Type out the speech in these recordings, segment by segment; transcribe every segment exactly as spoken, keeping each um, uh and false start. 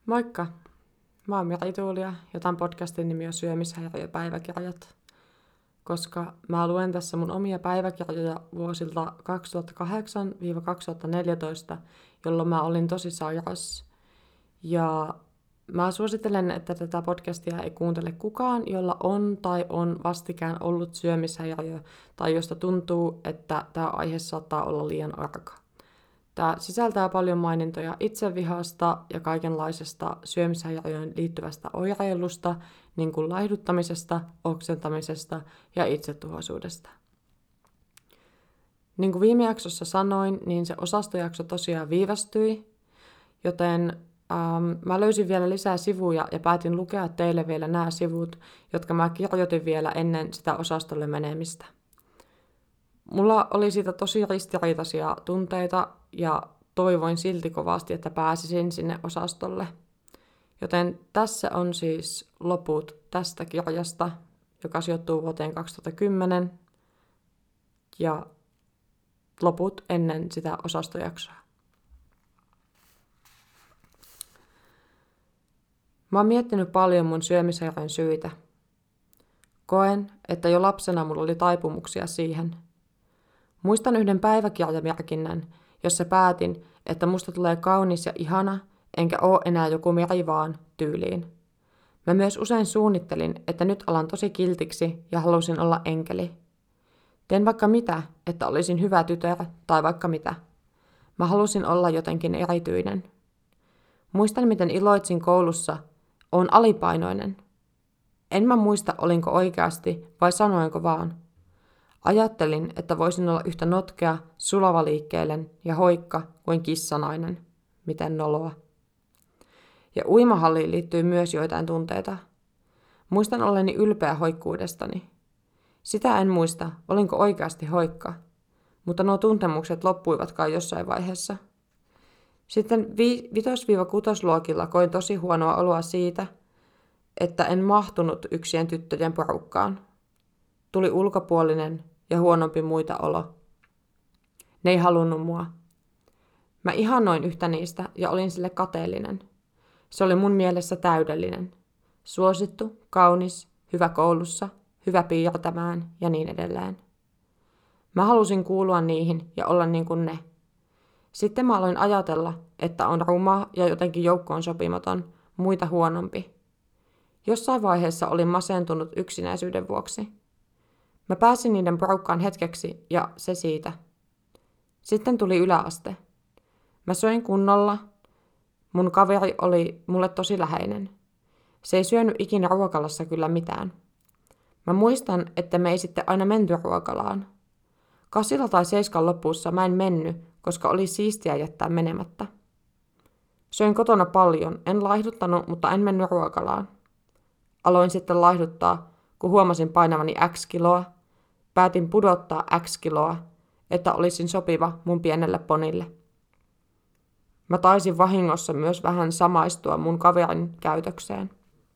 Moikka! Mä oon Miri Tuulia ja tämän podcastin nimi on Syömishäiriöpäiväkirjat, koska mä luen tässä mun omia päiväkirjoja vuosilta kaksituhattakahdeksan kaksituhattaneljätoista, jolloin mä olin tosi sairas. Ja mä suosittelen, että tätä podcastia ei kuuntele kukaan, jolla on tai on vastikään ollut syömishäiriö tai josta tuntuu, että tämä aihe saattaa olla liian arka. Tämä sisältää paljon mainintoja itsevihasta ja kaikenlaisesta syömishäiriöön liittyvästä oireilusta, niin kuin laihduttamisesta, oksentamisesta ja itsetuhoisuudesta. Niin kuin viime jaksossa sanoin, niin se osastojakso tosiaan viivästyi, joten ähm, mä löysin vielä lisää sivuja ja päätin lukea teille vielä nämä sivut, jotka mä kirjoitin vielä ennen sitä osastolle menemistä. Mulla oli siitä tosi ristiriitaisia tunteita ja toivoin silti kovasti, että pääsisin sinne osastolle. Joten tässä on siis loput tästä kirjasta, joka sijoittuu vuoteen kaksituhattakymmenen ja loput ennen sitä osastojaksoa. Mä oon miettinyt paljon mun syömishäiriön syitä. Koen, että jo lapsena mulla oli taipumuksia siihen. Muistan yhden päiväkirjamerkinnän, jossa päätin, että musta tulee kaunis ja ihana, enkä oo enää joku Meri vaan tyyliin. Mä myös usein suunnittelin, että nyt alan tosi kiltiksi ja halusin olla enkeli. Teen vaikka mitä, että olisin hyvä tytär tai vaikka mitä. Mä halusin olla jotenkin erityinen. Muistan, miten iloitsin koulussa, oon alipainoinen. En mä muista, olinko oikeasti vai sanoinko vaan. Ajattelin, että voisin olla yhtä notkea, sulavaliikkeellen ja hoikka kuin kissanainen. Miten noloa. Ja uimahalliin liittyy myös joitain tunteita. Muistan olleni ylpeä hoikkuudestani. Sitä en muista, olinko oikeasti hoikka, mutta nuo tuntemukset loppuivatkaan jossain vaiheessa. Sitten vitos-kutosluokilla koin tosi huonoa oloa siitä, että en mahtunut yksien tyttöjen porukkaan. Tuli ulkopuolinen ja huonompi muita olo. Ne ei halunnut mua. Mä ihannoin yhtä niistä ja olin sille kateellinen. Se oli mun mielessä täydellinen. Suosittu, kaunis, hyvä koulussa, hyvä piirtämään ja niin edelleen. Mä halusin kuulua niihin ja olla niin kuin ne. Sitten mä aloin ajatella, että on ruma ja jotenkin joukkoon sopimaton, muita huonompi. Jossain vaiheessa olin masentunut yksinäisyyden vuoksi. Mä pääsin niiden porukkaan hetkeksi ja se siitä. Sitten tuli yläaste. Mä söin kunnolla. Mun kaveri oli mulle tosi läheinen. Se ei syönyt ikinä ruokalassa kyllä mitään. Mä muistan, että me ei sitten aina menty ruokalaan. Kasilla tai seiskan lopussa mä en mennyt, koska oli siistiä jättää menemättä. Söin kotona paljon, en laihduttanut, mutta en mennyt ruokalaan. Aloin sitten laihduttaa, kun huomasin painavani X kiloa. Päätin pudottaa X kiloa, että olisin sopiva mun pienelle ponille. Mä taisin vahingossa myös vähän samaistua mun kaverin käytökseen.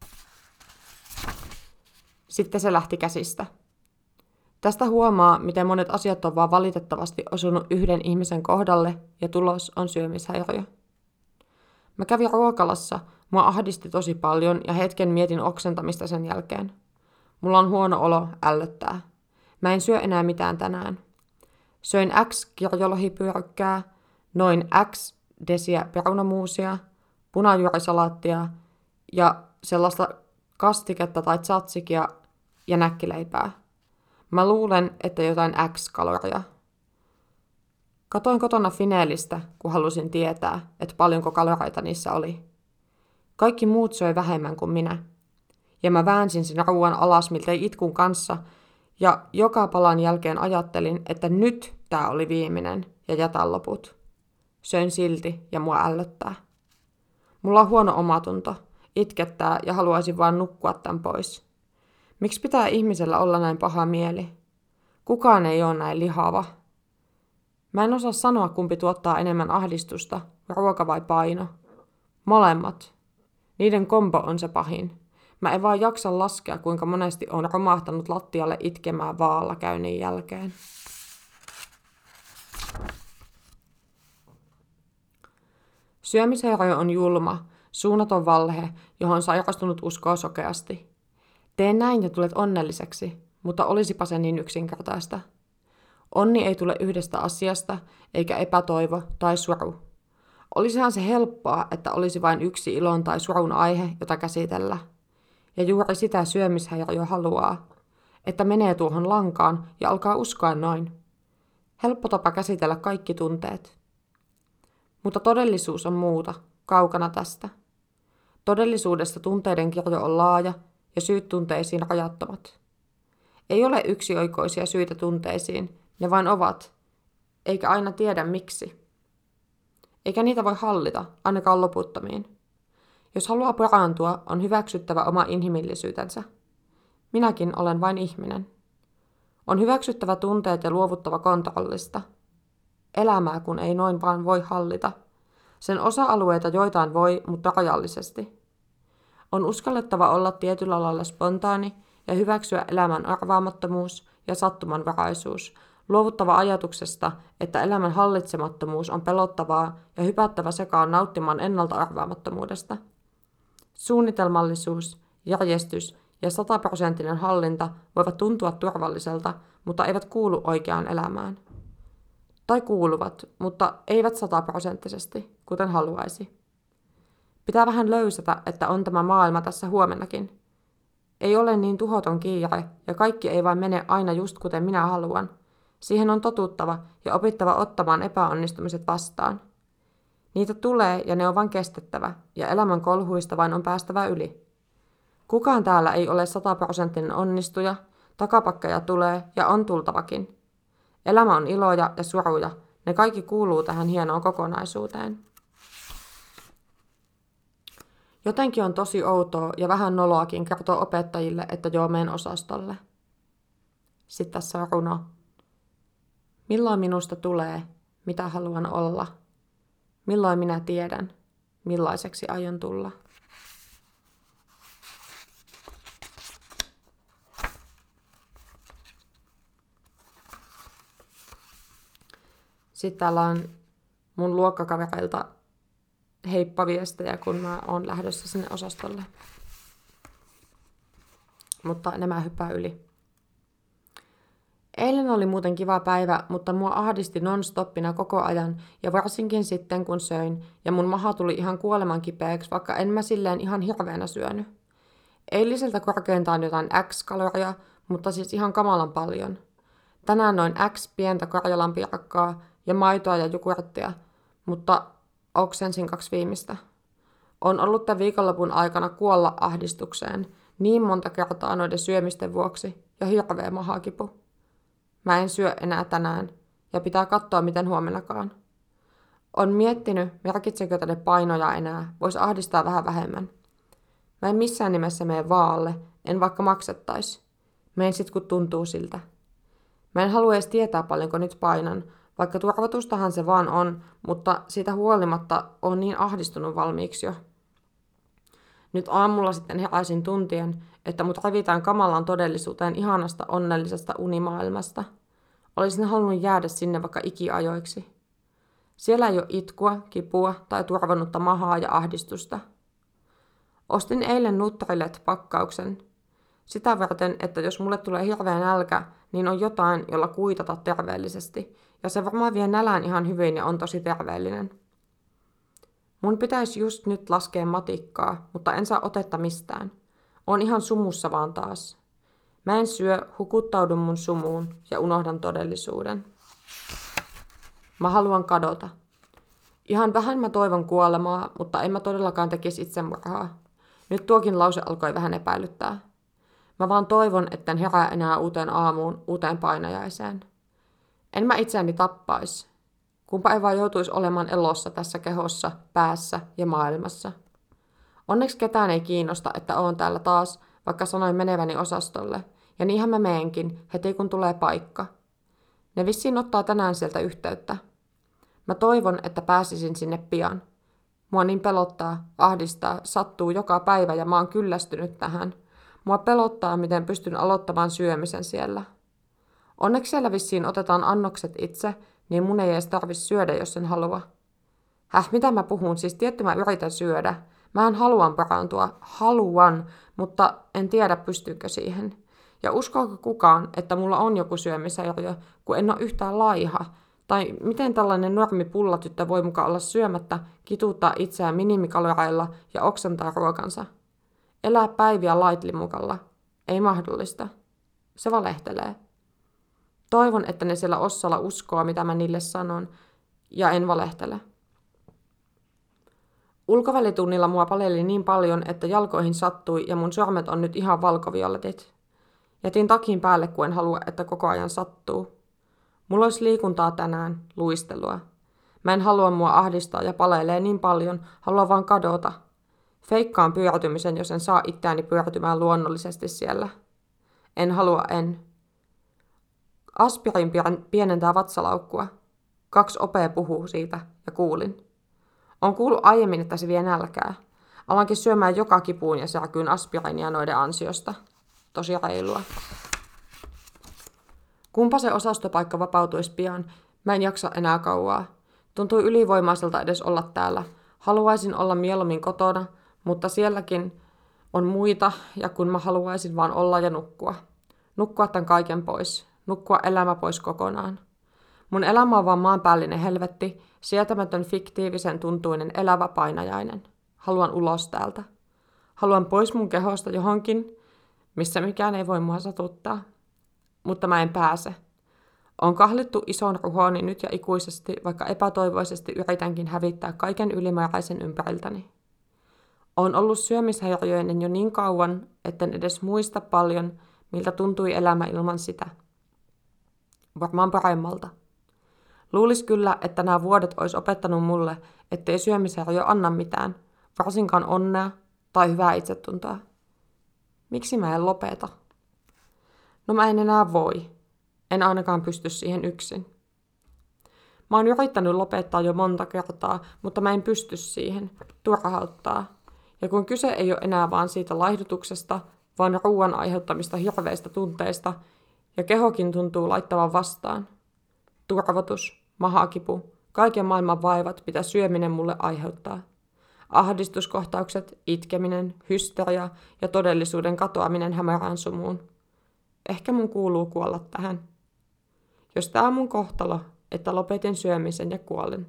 Sitten se lähti käsistä. Tästä huomaa, miten monet asiat on vaan valitettavasti osunut yhden ihmisen kohdalle ja tulos on syömishäiriö. Mä kävin ruokalassa, mua ahdisti tosi paljon ja hetken mietin oksentamista sen jälkeen. Mulla on huono olo, ällöttää. Mä en syö enää mitään tänään. Söin X kirjolohipyörykkää, noin X desiä perunamuusia, punajuurisalaattia ja sellaista kastiketta tai tzatsikia ja näkkileipää. Mä luulen, että jotain X-kaloria. Katoin kotona Fineelistä, kun halusin tietää, että paljonko kaloreita niissä oli. Kaikki muut söi vähemmän kuin minä. Ja mä väänsin sen ruoan alas miltei itkun kanssa, ja joka palan jälkeen ajattelin, että nyt tää oli viimeinen, ja jätän loput. Söin silti, ja mua ällöttää. Mulla on huono omatunto, itkettää ja haluaisin vaan nukkua tän pois. Miksi pitää ihmisellä olla näin paha mieli? Kukaan ei ole näin lihava. Mä en osaa sanoa, kumpi tuottaa enemmän ahdistusta, ruoka vai paino. Molemmat. Niiden kombo on se pahin. Mä en vaan jaksa laskea, kuinka monesti on romahtanut lattialle itkemään vaalla käynnin jälkeen. Syömishäiriö on julma. Suunnaton valhe, johon sairastunut uskoo sokeasti. Tee näin ja tulet onnelliseksi, mutta olisipa se niin yksinkertaista. Onni ei tule yhdestä asiasta, eikä epätoivo tai suru. Olisihan se helppoa, että olisi vain yksi ilon tai surun aihe, jota käsitellä. Ja juuri sitä syömishäiriö haluaa, että menee tuohon lankaan ja alkaa uskoa noin. Helppo tapa käsitellä kaikki tunteet. Mutta todellisuus on muuta, kaukana tästä. Todellisuudessa tunteiden kirjo on laaja ja syyt tunteisiin rajattomat. Ei ole yksioikoisia syitä tunteisiin, ne vain ovat, eikä aina tiedä miksi. Eikä niitä voi hallita, ainakaan loputtomiin. Jos haluaa parantua, on hyväksyttävä oma inhimillisyytensä. Minäkin olen vain ihminen. On hyväksyttävä tunteet ja luovuttava kontrollista. Elämää kun ei noin vaan voi hallita. Sen osa-alueita joitain voi, mutta rajallisesti. On uskallettava olla tietyllä lailla spontaani ja hyväksyä elämän arvaamattomuus ja sattumanvaraisuus, luovuttava ajatuksesta, että elämän hallitsemattomuus on pelottavaa ja hypättävä sekaan nauttimaan ennalta arvaamattomuudesta. Suunnitelmallisuus, järjestys ja sataprosenttinen hallinta voivat tuntua turvalliselta, mutta eivät kuulu oikeaan elämään. Tai kuuluvat, mutta eivät sataprosenttisesti, kuten haluaisi. Pitää vähän löysätä, että on tämä maailma tässä huomennakin. Ei ole niin tuhoton kiire, ja kaikki ei vain mene aina just kuten minä haluan. Siihen on totuttava ja opittava ottamaan epäonnistumiset vastaan. Niitä tulee ja ne on vain kestettävä, ja elämän kolhuista vain on päästävä yli. Kukaan täällä ei ole sataprosenttinen onnistuja, takapakkeja tulee ja on tultavakin. Elämä on iloja ja suruja, ne kaikki kuuluu tähän hienoon kokonaisuuteen. Jotenkin on tosi outoa ja vähän noloakin kertoa opettajille, että joo meen osastolle. Sitten tässä on runo. Milloin minusta tulee, mitä haluan olla? Milloin minä tiedän, millaiseksi aion tulla? Sitten täällä on mun luokkakavereilta heippaviestejä, kun mä oon lähdössä sinne osastolle. Mutta nämä hyppää yli. Eilen oli muuten kiva päivä, mutta mua ahdisti non-stoppina koko ajan ja varsinkin sitten kun söin ja mun maha tuli ihan kuoleman kipeäksi, vaikka en mä silleen ihan hirveänä syönyt. Eiliseltä korkeintaan jotain X kaloria, mutta siis ihan kamalan paljon. Tänään noin X pientä Karjalan piirakkaa ja maitoa ja jogurttia, mutta oksensin kaksi viimeistä. On ollut tämän viikonlopun aikana kuolla ahdistukseen niin monta kertaa noiden syömisten vuoksi ja hirveä mahakipu. Mä en syö enää tänään ja pitää katsoa miten huomennakaan. On miettinyt, merkitsekö tänne painoja enää, vois ahdistaa vähän vähemmän. Mä en missään nimessä mene vaalle, en vaikka maksettais. Meen sit kun tuntuu siltä. Mä en halua edes tietää paljonko nyt painan, vaikka turvatustahan se vaan on, mutta siitä huolimatta on niin ahdistunut valmiiksi jo. Nyt aamulla sitten heräisin tuntien, että mut revitään kamalaan todellisuuteen ihanasta onnellisesta unimaailmasta. Olisin halunnut jäädä sinne vaikka ikiajoiksi. Siellä ei ole itkua, kipua tai turvannutta mahaa ja ahdistusta. Ostin eilen Nutrilet-pakkauksen. Sitä varten, että jos mulle tulee hirveä nälkä, niin on jotain, jolla kuitata terveellisesti. Ja se varmaan vie nälään ihan hyvin ja on tosi terveellinen. Mun pitäisi just nyt laskea matikkaa, mutta en saa otetta mistään. Oon ihan sumussa vaan taas. Mä en syö, hukuttaudun mun sumuun ja unohdan todellisuuden. Mä haluan kadota. Ihan vähän mä toivon kuolemaa, mutta en mä todellakaan tekisi itsemurhaa. Nyt tuokin lause alkoi vähän epäilyttää. Mä vaan toivon, etten herää enää uuteen aamuun, uuteen painajaiseen. En mä itseäni tappais. Kumpa ei vaan joutuisi olemaan elossa tässä kehossa, päässä ja maailmassa. Onneksi ketään ei kiinnosta, että oon täällä taas, vaikka sanoin meneväni osastolle. Ja niinhän mä meenkin, heti kun tulee paikka. Ne vissiin ottaa tänään sieltä yhteyttä. Mä toivon, että pääsisin sinne pian. Mua niin pelottaa, ahdistaa, sattuu joka päivä ja mä oon kyllästynyt tähän. Mua pelottaa, miten pystyn aloittamaan syömisen siellä. Onneksi siellä vissiin otetaan annokset itse, niin mun ei edes tarvitse syödä, jos en halua. Häh, mitä mä puhun? Siis tietty mä yritän syödä. Mä en haluan parantua, haluan, mutta en tiedä pystyykö siihen. Ja uskoako kukaan, että mulla on joku syömishäiriö, kun en ole yhtään laiha? Tai miten tällainen normi pullatyttö voi mukaan olla syömättä, kituuttaa itseään minimikaloreilla ja oksentaa ruokansa? Elää päiviä laitlimukalla. Ei mahdollista. Se valehtelee. Toivon, että ne siellä Ossalla uskoo, mitä mä niille sanon, ja en valehtele. Ulkovälitunnilla mua paleli niin paljon, että jalkoihin sattui ja mun sormet on nyt ihan valkovioletit. Jätin takin päälle, kun en halua, että koko ajan sattuu. Mulla olisi liikuntaa tänään, luistelua. Mä en halua mua ahdistaa ja palelee niin paljon, haluan vaan kadota. Feikkaan pyörtymisen, jos en saa itseäni pyörtymään luonnollisesti siellä. En halua, en. Aspirin pienentää vatsalaukkua. Kaksi opea puhuu siitä ja kuulin. On kuullut aiemmin, että se vie nälkää. Alankin syömään joka kipuun ja särkyyn aspiriinia noiden ansiosta. Tosi reilua. Kumpa se osastopaikka vapautuisi pian. Mä en jaksa enää kauaa. Tuntui ylivoimaiselta edes olla täällä. Haluaisin olla mieluummin kotona, mutta sielläkin on muita, ja kun mä haluaisin vaan olla ja nukkua. Nukkua tämän kaiken pois. Nukkua elämä pois kokonaan. Mun elämä on vaan maanpäällinen helvetti, sietämätön fiktiivisen tuntuinen elävä painajainen. Haluan ulos täältä. Haluan pois mun kehosta johonkin, missä mikään ei voi mua satuttaa. Mutta mä en pääse. On kahlittu ison ruhooni nyt ja ikuisesti, vaikka epätoivoisesti yritänkin hävittää kaiken ylimääräisen ympäriltäni. Olen ollut syömishäiriöinen jo niin kauan, etten edes muista paljon, miltä tuntui elämä ilman sitä. Varmaan paremmalta. Luulis kyllä, että nämä vuodet olisi opettanut mulle, ettei syömishäiriö anna mitään, varsinkaan onnea tai hyvää itsetuntoa. Miksi mä en lopeta? No mä en enää voi. En ainakaan pysty siihen yksin. Mä oon yrittänyt lopettaa jo monta kertaa, mutta mä en pysty siihen. Turhauttaa. Ja kun kyse ei ole enää vaan siitä laihdutuksesta, vaan ruoan aiheuttamista hirveistä tunteista, ja kehokin tuntuu laittavan vastaan. Turvotus, mahakipu, kaiken maailman vaivat, mitä syöminen mulle aiheuttaa. Ahdistuskohtaukset, itkeminen, hysteria ja todellisuuden katoaminen hämärään sumuun. Ehkä mun kuuluu kuolla tähän. Jos tää on mun kohtalo, että lopetin syömisen ja kuolin.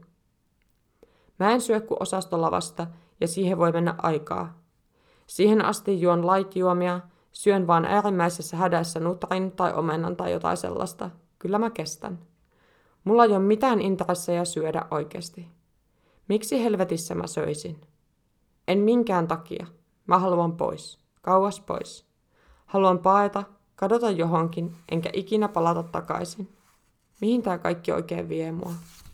Mä en syö kuin osastolavasta ja siihen voi mennä aikaa. Siihen asti juon light-juomia, syön vaan äärimmäisessä hädässä nutrin tai omenan tai jotain sellaista. Kyllä mä kestän. Mulla ei ole mitään intressejä syödä oikeasti. Miksi helvetissä mä söisin? En minkään takia. Mä haluan pois. Kauas pois. Haluan paeta, kadota johonkin, enkä ikinä palata takaisin. Mihin tää kaikki oikein vie mua?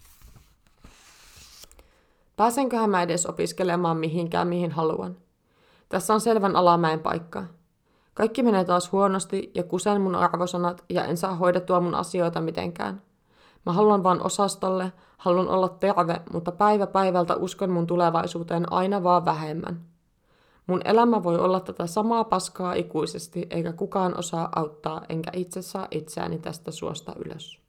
Pääsenköhän mä edes opiskelemaan mihinkään, mihin haluan? Tässä on selvän alamäen paikka. Kaikki menee taas huonosti ja kusen mun arvosanat ja en saa hoidettua mun asioita mitenkään. Mä haluan vaan osastolle, haluan olla terve, mutta päivä päivältä uskon mun tulevaisuuteen aina vaan vähemmän. Mun elämä voi olla tätä samaa paskaa ikuisesti, eikä kukaan osaa auttaa, enkä itse saa itseäni tästä suosta ylös.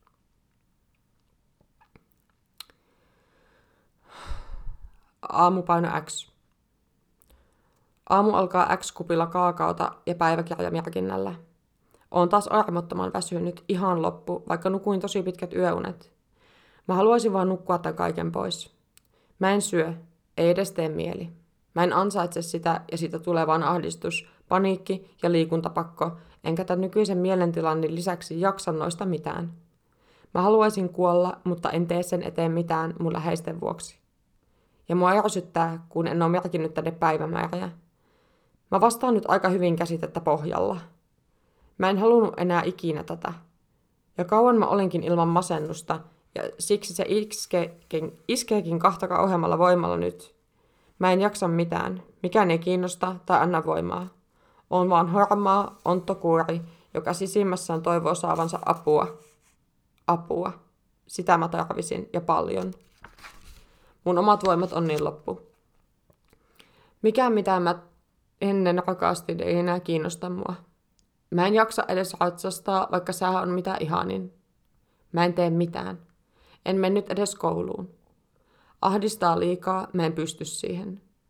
Aamupaino X. Aamu alkaa X-kupilla kaakaota ja päiväkirjamerkinnällä. Oon taas armottoman väsynyt, ihan loppu, vaikka nukuin tosi pitkät yöunet. Mä haluaisin vaan nukkua tämän kaiken pois. Mä en syö, ei edes tee mieli. Mä en ansaitse sitä ja siitä tulee vaan ahdistus, paniikki ja liikuntapakko, enkä tämän nykyisen mielentilani lisäksi jaksa noista mitään. Mä haluaisin kuolla, mutta en tee sen eteen mitään mun läheisten vuoksi. Ja mua ärsyttää, kun en ole merkinnyt tänne päivämääriä. Mä vastaan nyt aika hyvin käsitettä pohjalla. Mä en halunnut enää ikinä tätä. Ja kauan mä olenkin ilman masennusta, ja siksi se iskeekin, iskeekin kahta kauheammalla voimalla nyt. Mä en jaksa mitään, mikään ei kiinnosta tai anna voimaa. Oon vaan harmaa, onttokuori, joka sisimmässään toivoo saavansa apua. Apua. Sitä mä tarvisin, ja paljon. Mun omat voimat on niin loppu. Mikään mitä mä ennen rakastin ei enää kiinnosta mua. Mä en jaksa edes ratsastaa, vaikka sää on mitä ihanin. Mä en tee mitään. En mennyt edes kouluun. Ahdistaa liikaa, mä en pysty siihen.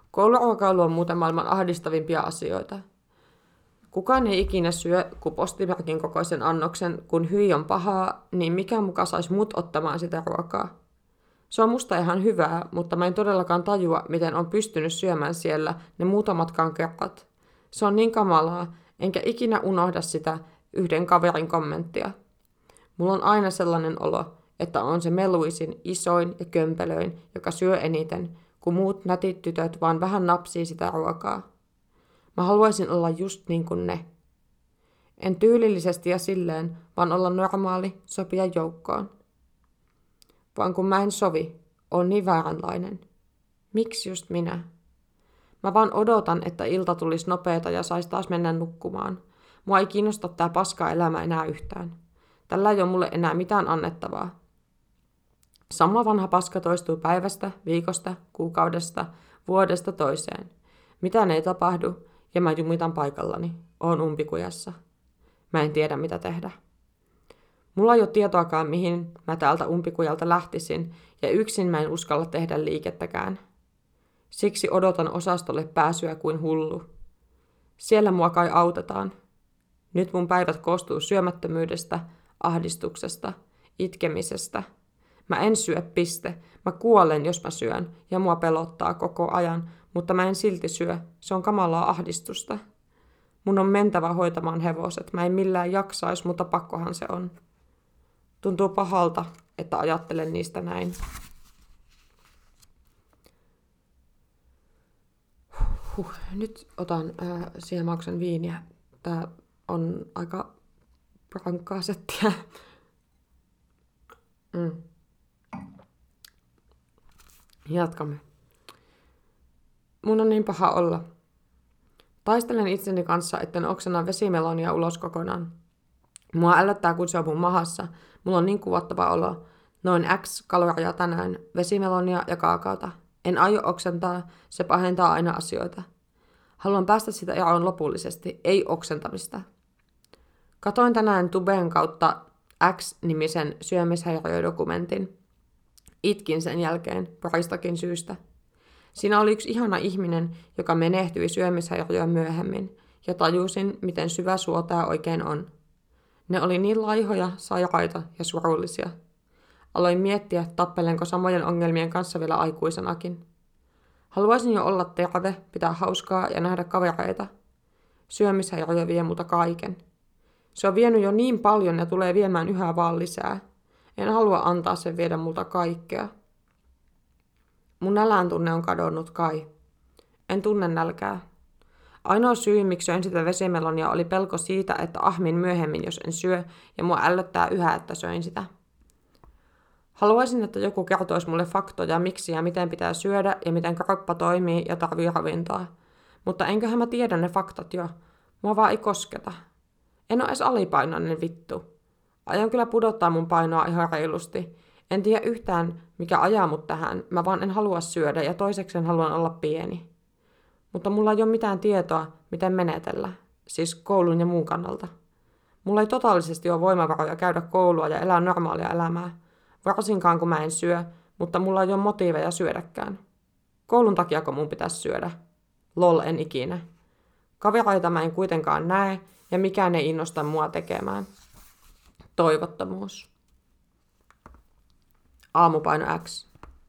Kouluruokailu on muuten maailman ahdistavimpia asioita. Kukaan ei ikinä syö kuin postimerkin kokoisen annoksen, kun hyi on pahaa, niin mikä muka saisi mut ottamaan sitä ruokaa. Se on musta ihan hyvää, mutta mä en todellakaan tajua, miten on pystynyt syömään siellä ne muutamatkaan kerrat. Se on niin kamalaa, enkä ikinä unohda sitä yhden kaverin kommenttia. Mulla on aina sellainen olo, että on se meluisin, isoin ja kömpelöin, joka syö eniten, kun muut nätit tytöt vaan vähän napsii sitä ruokaa. Mä haluaisin olla just niin kuin ne. En tyylillisesti ja silleen, vaan olla normaali, sopia joukkoon. Vaan kun mä en sovi, on niin vääränlainen. Miksi just minä? Mä vaan odotan, että ilta tulisi nopeeta ja sais taas mennä nukkumaan. Mua ei kiinnosta tää paska elämä enää yhtään. Tällä ei ole mulle enää mitään annettavaa. Sama vanha paska toistuu päivästä, viikosta, kuukaudesta, vuodesta toiseen. Mitään ei tapahdu ja mä jumitan paikallani. Oon umpikujassa. Mä en tiedä mitä tehdä. Mulla ei ole tietoakaan mihin mä täältä umpikujalta lähtisin ja yksin mä en uskalla tehdä liikettäkään. Siksi odotan osastolle pääsyä kuin hullu. Siellä mua kai autetaan. Nyt mun päivät koostuu syömättömyydestä, ahdistuksesta, itkemisestä. Mä en syö piste. Mä kuolen, jos mä syön, ja mua pelottaa koko ajan, mutta mä en silti syö. Se on kamalaa ahdistusta. Mun on mentävä hoitamaan hevoset. Mä en millään jaksais, mutta pakkohan se on. Tuntuu pahalta, että ajattelen niistä näin. Huh, nyt otan äh, siemauksen viiniä. Tää on aika rankkaa settiä. Mm. Jatkamme. Mun on niin paha olla. Taistelen itseni kanssa, etten oksena vesimelonia ulos kokonaan. Mua ällöttää, kun se on mun mahassa. Mulla on niin kuvottava olo. Noin X kaloria tänään, vesimelonia ja kaakaota. En aio oksentaa, se pahentaa aina asioita. Haluan päästä sitä eroon lopullisesti, ei oksentamista. Katoin tänään Tuben kautta X-nimisen syömishäiriödokumentin. Itkin sen jälkeen, paristakin syystä. Siinä oli yksi ihana ihminen, joka menehtyi syömishäiriöön myöhemmin, ja tajusin, miten syvä suo tää oikein on. Ne oli niin laihoja, sairaita ja surullisia. Aloin miettiä, tappelenko samojen ongelmien kanssa vielä aikuisenakin. Haluaisin jo olla terve, pitää hauskaa ja nähdä kavereita. Syömishäiriö vie multa kaiken. Se on vienyt jo niin paljon ja tulee viemään yhä vaan lisää. En halua antaa sen viedä multa kaikkea. Mun nälän tunne on kadonnut kai. En tunne nälkää. Ainoa syy, miksi söin sitä vesimelonia, oli pelko siitä, että ahmin myöhemmin, jos en syö, ja mua ällöttää yhä, että söin sitä. Haluaisin, että joku kertoisi mulle faktoja, miksi ja miten pitää syödä ja miten kroppa toimii ja tarvii ravintoa. Mutta enköhän mä tiedä ne faktat jo. Mua vaan ei kosketa. En ole edes alipainoinen vittu. Aion kyllä pudottaa mun painoa ihan reilusti. En tiedä yhtään, mikä ajaa mut tähän. Mä vaan en halua syödä ja toisekseen haluan olla pieni. Mutta mulla ei ole mitään tietoa, miten menetellä. Siis koulun ja muun kannalta. Mulla ei totaalisesti ole voimavaroja käydä koulua ja elää normaalia elämää. Varsinkaan kun mä en syö, mutta mulla ei ole motiiveja syödäkään. Koulun takiako mun pitäisi syödä? Lol, en ikinä. Kavereita mä en kuitenkaan näe ja mikään ei innosta mua tekemään. Toivottomuus. Aamupaino X.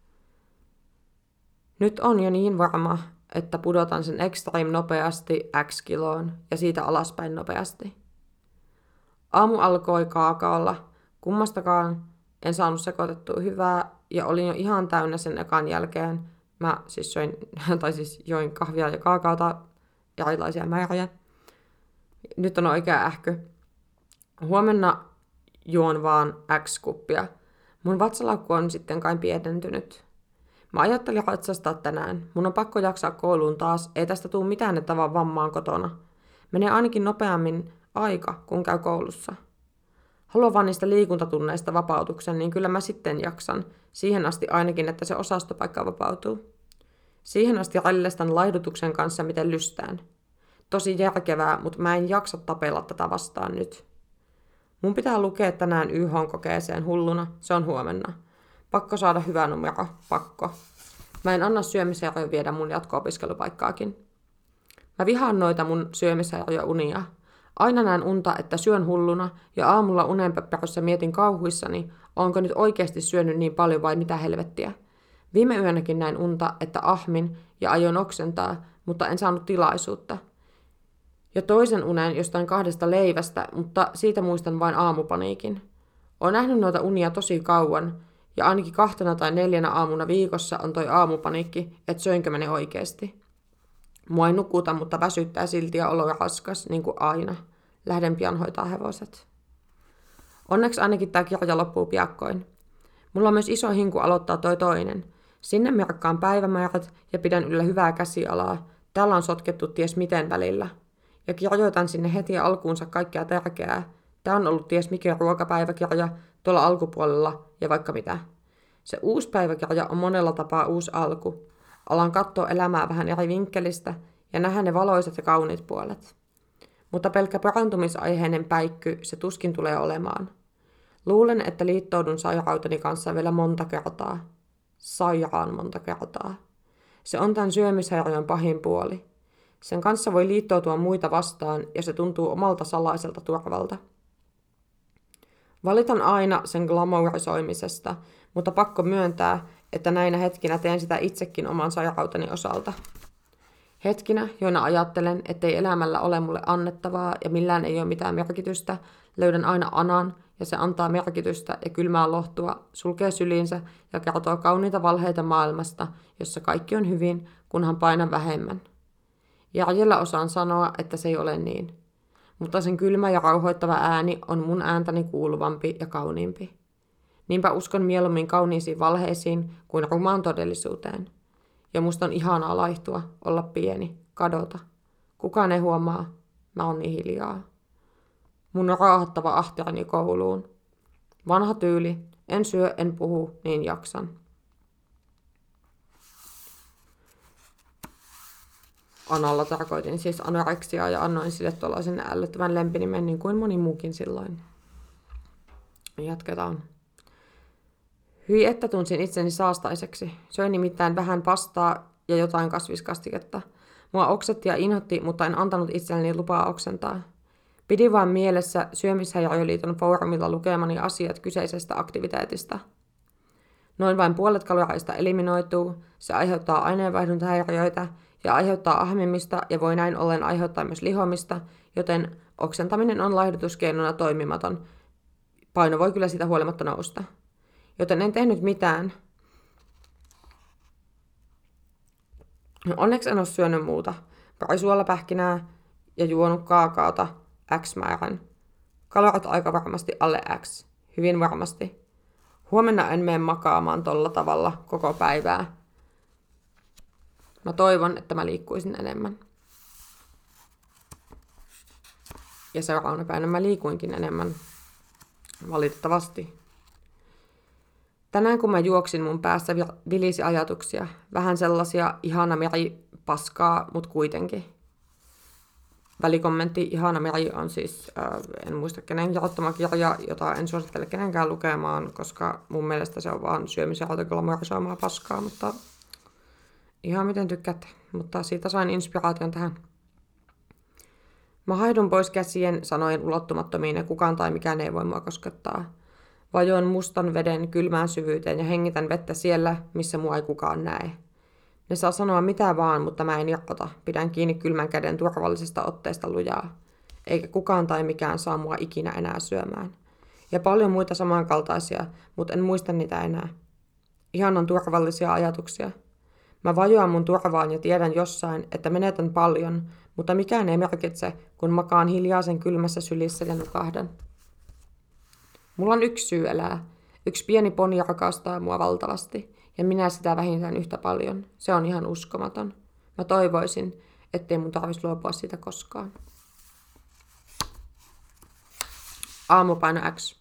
Nyt on jo niin varma, että pudotan sen extreme nopeasti X kiloon ja siitä alaspäin nopeasti. Aamu alkoi kaakaolla. Kummastakaan en saanut sekoitettua hyvää ja olin jo ihan täynnä sen ekan jälkeen. Mä siis söin, tai siis join kahvia ja kaakaota ja erilaisia määriä. Nyt on oikea ähky. Huomenna juon vaan X-kuppia. Mun vatsalaukku on sitten kai pienentynyt. Mä ajattelin ratsastaa tänään. Mun on pakko jaksaa kouluun taas. Ei tästä tule mitään, että vaan vammaan kotona. Menee ainakin nopeammin aika, kun käy koulussa. Haluan vaan niistä liikuntatunneista vapautuksen, niin kyllä mä sitten jaksan. Siihen asti ainakin, että se osastopaikka vapautuu. Siihen asti rallestan laihdutuksen kanssa, miten lystään. Tosi järkevää, mutta mä en jaksa tapella tätä vastaan nyt. Mun pitää lukea tänään Y H-kokeeseen hulluna. Se on huomenna. Pakko saada hyvä numero. Pakko. Mä en anna syömishäiriö viedä mun jatko-opiskelupaikkaakin. Mä vihaan noita mun syömishäiriö unia. Aina näen unta, että syön hulluna, ja aamulla unenperässä mietin kauhuissani, onko nyt oikeasti syönyt niin paljon vai mitä helvettiä. Viime yönäkin näin unta, että ahmin ja ajoin oksentaa, mutta en saanut tilaisuutta. Ja toisen unen jostain kahdesta leivästä, mutta siitä muistan vain aamupaniikin. Olen nähnyt noita unia tosi kauan, ja ainakin kahtena tai neljänä aamuna viikossa on toi aamupaniikki, että söinkö mä ne oikeesti. Mua ei nukuta, mutta väsyttää silti ja olo raskas, niin kuin aina. Lähden pian hoitaa hevoset. Onneksi ainakin tää kirja loppuu piakkoin. Mulla on myös iso hinku aloittaa toi toinen. Sinne merkkaan päivämäärät ja pidän yllä hyvää käsialaa. Täällä on sotkettu ties miten välillä. Ja kirjoitan sinne heti alkuunsa kaikkea tärkeää. Tää on ollut ties mikä ruokapäiväkirja tuolla alkupuolella ja vaikka mitä. Se uusi päiväkirja on monella tapaa uusi alku. Alan katsoa elämää vähän eri vinkkelistä ja nähdä ne valoiset ja kauniit puolet. Mutta pelkkä parantumisaiheinen päikky se tuskin tulee olemaan. Luulen, että liittoudun sairauteni kanssa vielä monta kertaa. Sairaan monta kertaa. Se on tämän syömishäiriön pahin puoli. Sen kanssa voi liittoutua muita vastaan ja se tuntuu omalta salaiselta turvalta. Valitan aina sen glamourisoimisesta, mutta pakko myöntää, että näinä hetkinä teen sitä itsekin oman sairauteni osalta. Hetkinä, joina ajattelen, ettei elämällä ole mulle annettavaa ja millään ei ole mitään merkitystä, löydän aina anan ja se antaa merkitystä ja kylmää lohtua, sulkee syliinsä ja kertoo kauniita valheita maailmasta, jossa kaikki on hyvin, kunhan painan vähemmän. Järjellä osaan sanoa, että se ei ole niin. Mutta sen kylmä ja rauhoittava ääni on mun ääntäni kuuluvampi ja kauniimpi. Niinpä uskon mieluummin kauniisiin valheisiin kuin rumaan todellisuuteen. Ja musta on ihanaa laihtua, olla pieni, kadota. Kukaan ei huomaa, mä oon niin hiljaa. Mun on raahattava ahterani kouluun. Vanha tyyli, en syö, en puhu, niin jaksan. Analla tarkoitin siis anoreksiaa ja annoin sille tuollaisen ällöttävän lempinimen niin kuin moni muukin silloin. Jatketaan. Hyi, että tunsin itseni saastaiseksi. Söin nimittäin vähän pastaa ja jotain kasviskastiketta. Mua oksetti ja inhotti, mutta en antanut itselleni lupaa oksentaa. Pidin vaan mielessä Syömishäiriöliiton foorumilla lukemani asiat kyseisestä aktiviteetista. Noin vain puolet kaloreista eliminoituu, se aiheuttaa aineenvaihduntahäiriöitä ja aiheuttaa ahmimista ja voi näin ollen aiheuttaa myös lihomista, joten oksentaminen on laihdutuskeinona toimimaton. Paino voi kyllä sitä huolimatta nousta. Joten en tehnyt mitään. Onneksi en ole syönyt muuta. Pari suolapähkinää ja juonut kaakaota X määrän. Kalorit aika varmasti alle X. Hyvin varmasti. Huomenna en mene makaamaan tolla tavalla koko päivää. Mä toivon, että mä liikkuisin enemmän. Ja seuraavana päivänä mä liikuinkin enemmän. Valitettavasti. Tänään kun mä juoksin, mun päässä vilisi ajatuksia. Vähän sellaisia ihana meri paskaa, mut kuitenkin. Välikommentti ihana meri on siis, äh, en muista kenen kirjoittama kirja, jota en suosittele kenenkään lukemaan, koska mun mielestä se on vaan syömishäiriötä glamorisoimaa paskaa, mutta ihan miten tykkäätte. Mutta siitä sain inspiraation tähän. Mä haidun pois käsien sanojen ulottumattomiin ja kukaan tai mikään ei voi mua koskettaa. Vajoin mustan veden kylmään syvyyteen ja hengitän vettä siellä, missä mua ei kukaan näe. Ne saa sanoa mitä vaan, mutta mä en irrota. Pidän kiinni kylmän käden turvallisesta otteesta lujaa. Eikä kukaan tai mikään saa mua ikinä enää syömään. Ja paljon muita samankaltaisia, mutta en muista niitä enää. Ihanan turvallisia ajatuksia. Mä vajoan mun turvaan ja tiedän jossain, että menetän paljon, mutta mikään ei merkitse, kun makaan hiljaisen kylmässä sylissä ja nukahdan. Mulla on yksi syy elää. Yksi pieni poni rakastaa mua valtavasti, ja minä sitä vähintään yhtä paljon. Se on ihan uskomaton. Mä toivoisin, ettei mun tarvitsisi luopua siitä koskaan. Aamupaino X.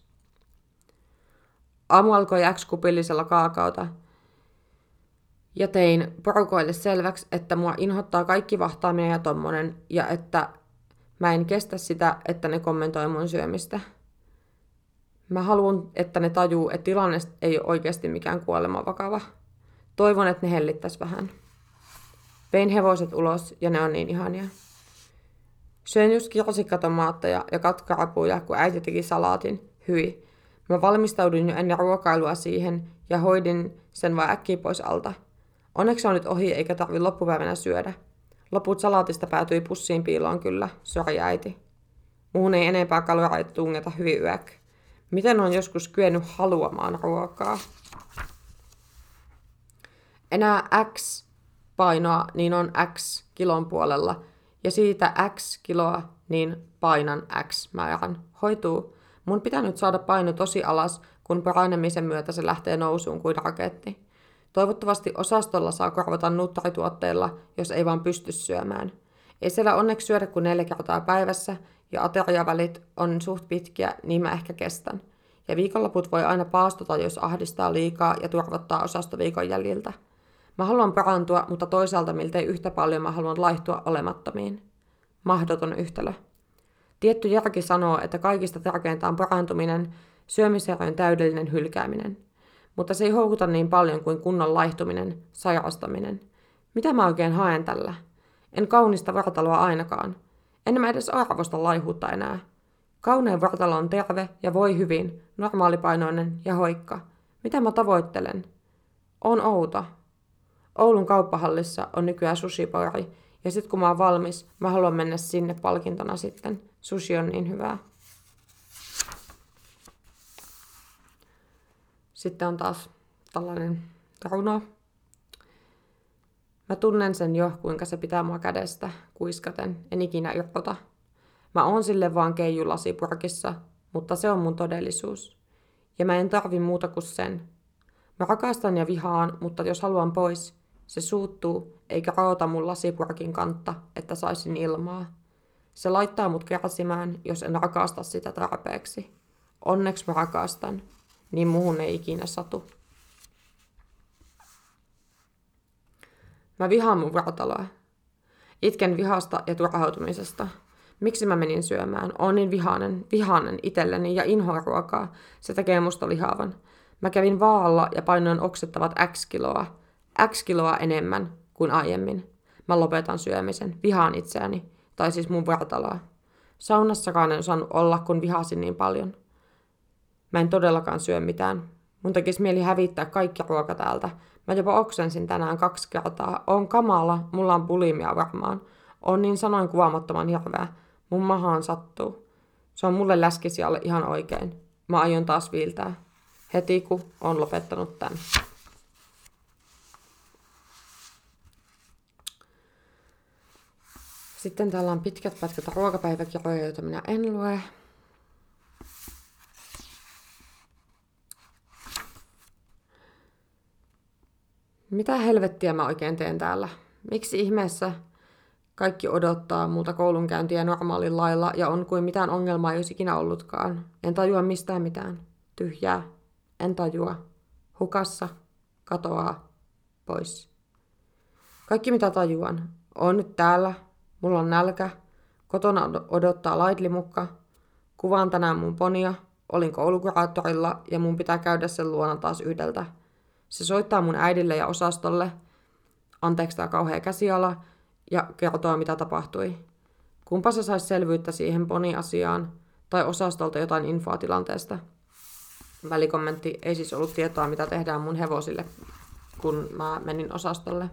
Aamu alkoi X-kupillisella kaakaota, ja tein porukoille selväksi, että mua inhottaa kaikki vahtaaminen ja tommonen, ja että mä en kestä sitä, että ne kommentoi mun syömistä. Mä haluan, että ne tajuu, että tilanne ei ole oikeasti mikään kuolema vakava. Toivon, että ne hellittäisi vähän. Vein hevoset ulos ja ne on niin ihania. Söin just kirsikkatomaatteja ja katkarapuja, kun äiti teki salaatin. Hyi. Mä valmistaudun jo ennen ruokailua siihen ja hoidin sen vaan äkkiä pois alta. Onneksi on nyt ohi eikä tarvi loppupäivänä syödä. Loput salaatista päätyi pussiin piiloon kyllä, sori äiti. Muuhun ei enempää kaloreita tungeta hyvin yök. Miten on joskus kyennyt haluamaan ruokaa? Enää X painoa, niin on X kilon puolella. Ja siitä X kiloa, niin painan X määrän. Hoituu. Mun pitää nyt saada paino tosi alas, kun paranemisen myötä se lähtee nousuun kuin raketti. Toivottavasti osastolla saa korvata nutrituotteilla, jos ei vaan pysty syömään. Ei siellä onneksi syödä kuin neljä kertaa päivässä, ja ateriavälit on suht pitkiä, niin mä ehkä kestän. Ja viikonloput voi aina paastota, jos ahdistaa liikaa ja turvottaa osastoviikon jäljiltä. Mä haluan parantua, mutta toisaalta miltei yhtä paljon mä haluan laihtua olemattomiin. Mahdoton yhtälö. Tietty järki sanoo, että kaikista tärkeintä on parantuminen, syömiserojen täydellinen hylkääminen. Mutta se ei houkuta niin paljon kuin kunnon laihtuminen, sairastaminen. Mitä mä oikein haen tällä? En kaunista vartaloa ainakaan. En mä edes arvosta laihuutta enää. Kaunein vartalo on terve ja voi hyvin, normaalipainoinen ja hoikka. Mitä mä tavoittelen? On outo. Oulun kauppahallissa on nykyään sushipori, ja sit kun mä oon valmis, mä haluan mennä sinne palkintona sitten. Sushi on niin hyvää. Sitten on taas tällainen runo. Mä tunnen sen jo, kuinka se pitää mua kädestä, kuiskaten, en ikinä irrota. Mä oon sille vaan keiju lasipurkissa, mutta se on mun todellisuus. Ja mä en tarvi muuta kuin sen. Mä rakastan ja vihaan, mutta jos haluan pois, se suuttuu eikä raota mun lasipurkin kantta, että saisin ilmaa. Se laittaa mut kärsimään, jos en rakasta sitä tarpeeksi. Onneksi mä rakastan, niin muhun ei ikinä satu. Mä vihaan mun vartaloa. Itken vihasta ja turhautumisesta. Miksi mä menin syömään? Oon niin vihainen, vihainen itselleni ja inhoa ruokaa. Se tekee musta lihaavan. Mä kävin vaalla ja painoin oksettavat X kiloa. X kiloa enemmän kuin aiemmin. Mä lopetan syömisen. Vihaan itseäni. Tai siis mun vartaloa. Saunassakaan en osannut olla, kun vihasin niin paljon. Mä en todellakaan syö mitään. Mun tekisi mieli hävittää kaikki ruoka täältä. Mä jopa oksensin tänään kaksi kertaa. Oon kamala, mulla on bulimia varmaan. On niin sanoin kuvaamattoman hirveä. Mun mahaan sattuu. Se on mulle läskisijalle ihan oikein. Mä aion taas viiltää. Heti kun on lopettanut tän. Sitten täällä on pitkät pätkät ruokapäiväkirjoja, joita minä en lue. Mitä helvettiä mä oikein teen täällä? Miksi ihmeessä kaikki odottaa multa koulunkäyntiä normaalin lailla ja on kuin mitään ongelmaa ei olisi ikinä ollutkaan? En tajua mistään mitään. Tyhjää. En tajua. Hukassa. Katoaa. Pois. Kaikki mitä tajuan. Oon nyt täällä. Mulla on nälkä. Kotona odottaa laidlimukka. Kuvaan tänään mun ponia. Olin koulukuraattorilla ja mun pitää käydä sen luona taas yhdeltä. Se soittaa mun äidille ja osastolle. Anteeksi tää kauhea käsiala. Ja kertoo mitä tapahtui. Kumpa se saisi selvyyttä siihen poni-asiaan. Tai osastolta jotain infoa tilanteesta. Välikommentti, ei siis ollut tietoa mitä tehdään mun hevosille, kun mä menin osastolle.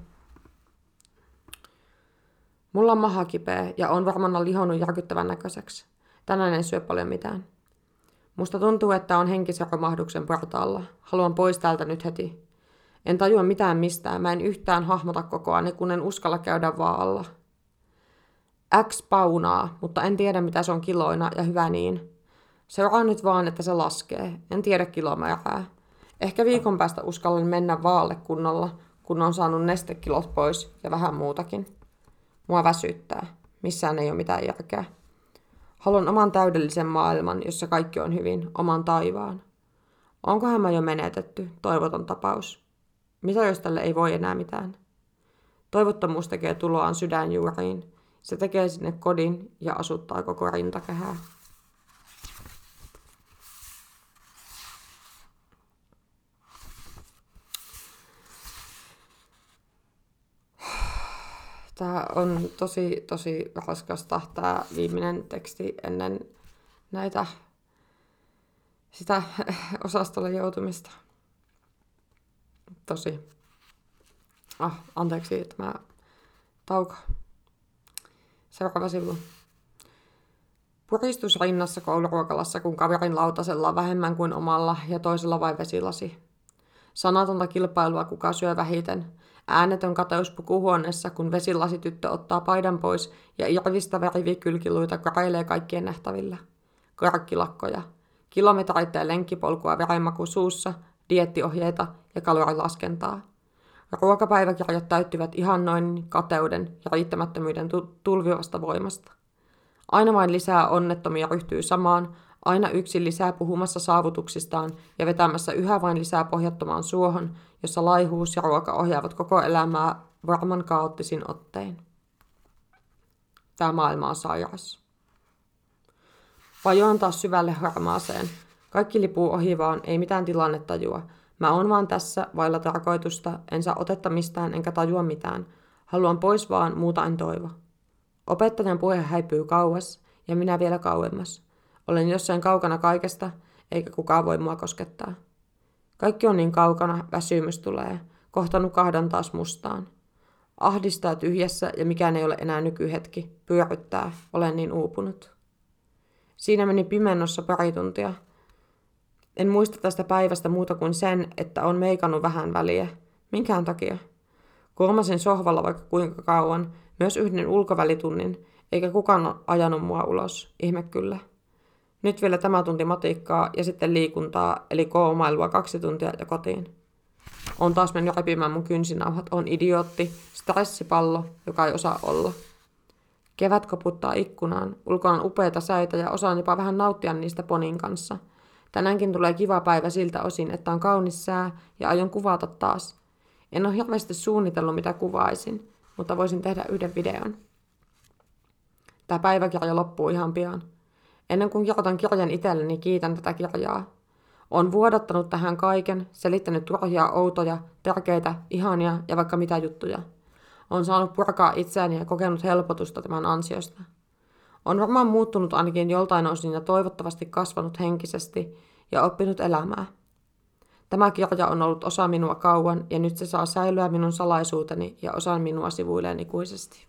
Mulla on maha kipeä ja on varmaan lihonnut järkyttävän näköiseksi. Tänään en syö paljon mitään. Musta tuntuu, että on henkisen romahduksen portaalla. Haluan pois täältä nyt heti. En tajua mitään mistään. Mä en yhtään hahmota kokoani, kun en uskalla käydä vaalla. X paunaa, mutta en tiedä mitä se on kiloina ja hyvä niin. Seuraa nyt vaan, että se laskee. En tiedä kilomäärää. Ehkä viikon päästä uskallan mennä vaalle kunnolla, kun on saanut nestekilot pois ja vähän muutakin. Mua väsyttää. Missään ei ole mitään järkeä. Haluan oman täydellisen maailman, jossa kaikki on hyvin, oman taivaan. Onkohan mä jo menetetty, toivoton tapaus? Mitä jos tälle ei voi enää mitään? Toivottomuus tekee tuloaan sydänjuuriin. Se tekee sinne kodin ja asuttaa koko rintakehää. Tämä on tosi, tosi raskasta, tämä viimeinen teksti ennen näitä sitä osastolle joutumista. Tosi. Ah, anteeksi, että mä tauko. Seuraava sivu. Puristus rinnassa kouluruokalassa, kun kaverin lautasella on vähemmän kuin omalla ja toisella vain vesilasi. Sanatonta kilpailua, kuka syö vähiten. Äänetön kateus pukuhuoneessa, kun vesilasityttö ottaa paidan pois ja irvistävä rivikylkiluita kareilee kaikkien nähtävillä. Karkkilakkoja. Kilometreitteen lenkkipolkua verenmaku suussa, dieettiohjeita ja kalorilaskentaa. Ruokapäiväkirjat täyttyvät ihannoinnin, kateuden ja riittämättömyyden tulvivasta voimasta. Aina vain lisää onnettomia ryhtyy samaan, aina yksi lisää puhumassa saavutuksistaan ja vetämässä yhä vain lisää pohjattomaan suohon, jossa laihuus ja ruoka ohjaavat koko elämää varman kaoottisin ottein. Tämä maailma on sairas. Vajoan taas syvälle harmaaseen. Kaikki lipuu ohi vaan, ei mitään tilannetajua. Mä oon vaan tässä, vailla tarkoitusta, en saa otetta mistään enkä tajua mitään. Haluan pois vaan, muuta en toivo. Opettajan puhe häipyy kauas, ja minä vielä kauemmas. Olen jossain kaukana kaikesta, eikä kukaan voi mua koskettaa. Kaikki on niin kaukana, väsymys tulee. Kohta nukahdan taas mustaan. Ahdistaa tyhjässä, ja mikään ei ole enää nykyhetki. Pyöryttää, olen niin uupunut. Siinä meni pimennossa pari tuntia. En muista tästä päivästä muuta kuin sen, että on meikannut vähän väliä. Minkään takia? Kurmasin sohvalla vaikka kuinka kauan, myös yhden ulkovälitunnin, eikä kukaan ajanut mua ulos. Ihme kyllä. Nyt vielä tämä tunti matikkaa ja sitten liikuntaa, eli koomailua kaksi tuntia ja kotiin. On taas mennyt repimään mun kynsinauhat, on idiootti, stressipallo, joka ei osaa olla. Kevät koputtaa ikkunaan, ulkona on upeita säitä ja osaan jopa vähän nauttia niistä ponin kanssa. Tänäänkin tulee kiva päivä siltä osin, että on kaunis sää ja aion kuvata taas. En ole hirveästi suunnitellut, mitä kuvaisin, mutta voisin tehdä yhden videon. Tämä päiväkirja loppuu ihan pian. Ennen kuin kirjoitan kirjan itselleni, kiitän tätä kirjaa. Olen vuodattanut tähän kaiken, selittänyt turhia, outoja, tärkeitä, ihania ja vaikka mitä juttuja. Olen saanut purkaa itseäni ja kokenut helpotusta tämän ansiosta. Olen varmaan muuttunut ainakin joltain osin ja toivottavasti kasvanut henkisesti ja oppinut elämää. Tämä kirja on ollut osa minua kauan ja nyt se saa säilyä minun salaisuuteni ja osan minua sivuilleen ikuisesti.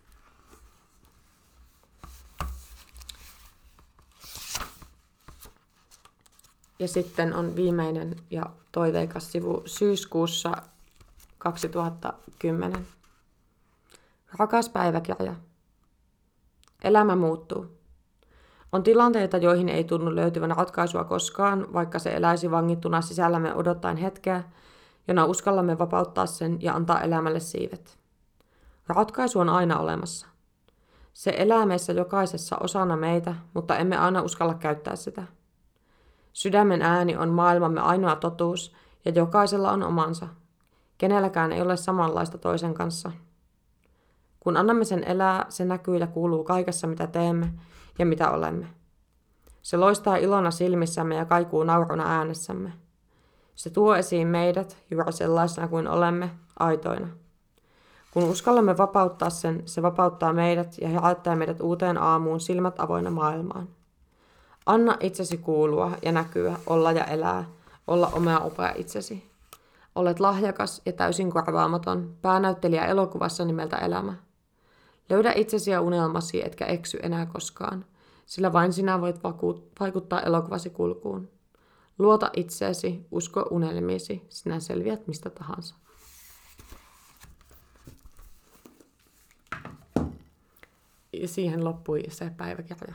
Ja sitten on viimeinen ja toiveikas sivu syyskuussa kaksituhattakymmenen. Rakas päiväkirja. Elämä muuttuu. On tilanteita, joihin ei tunnu löytyvän ratkaisua koskaan, vaikka se eläisi vangittuna sisällämme odottaen hetkeä, jona uskallamme vapauttaa sen ja antaa elämälle siivet. Ratkaisu on aina olemassa. Se elää meissä jokaisessa osana meitä, mutta emme aina uskalla käyttää sitä. Sydämen ääni on maailmamme ainoa totuus, ja jokaisella on omansa. Kenelläkään ei ole samanlaista toisen kanssa. Kun annamme sen elää, se näkyy ja kuuluu kaikessa, mitä teemme ja mitä olemme. Se loistaa ilona silmissämme ja kaikuu nauruna äänessämme. Se tuo esiin meidät juuri sellaisena kuin olemme, aitoina. Kun uskallamme vapauttaa sen, se vapauttaa meidät ja herättää meidät uuteen aamuun silmät avoinna maailmaan. Anna itsesi kuulua ja näkyä, olla ja elää, olla oma upea itsesi. Olet lahjakas ja täysin korvaamaton, päänäyttelijä elokuvassa nimeltä Elämä. Löydä itsesi ja unelmasi, etkä eksy enää koskaan, sillä vain sinä voit vaku- vaikuttaa elokuvasi kulkuun. Luota itseesi, usko unelmiisi, sinä selviät mistä tahansa. Ja siihen loppui se päiväkirja.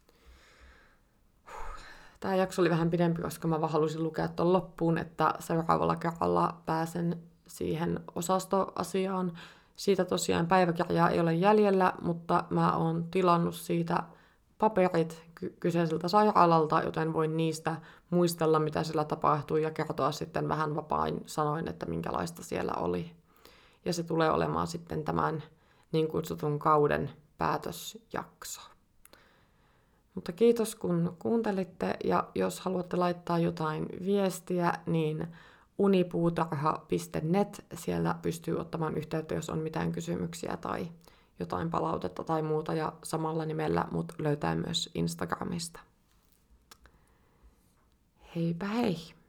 Tämä jakso oli vähän pidempi, koska mä vaan halusin lukea tuon loppuun, että seuraavalla kerralla pääsen siihen osastoasiaan. Siitä tosiaan päiväkirjaa ei ole jäljellä, mutta mä oon tilannut siitä paperit ky- kyseiseltä sairaalalta, joten voin niistä muistella, mitä siellä tapahtui ja kertoa sitten vähän vapain sanoin, että minkälaista siellä oli. Ja se tulee olemaan sitten tämän niin kutsutun kauden päätösjakso. Mutta kiitos kun kuuntelitte ja jos haluatte laittaa jotain viestiä, niin unipuutarha piste net, siellä pystyy ottamaan yhteyttä, jos on mitään kysymyksiä tai jotain palautetta tai muuta, ja samalla nimellä mut löytää myös Instagramista. Heipä hei!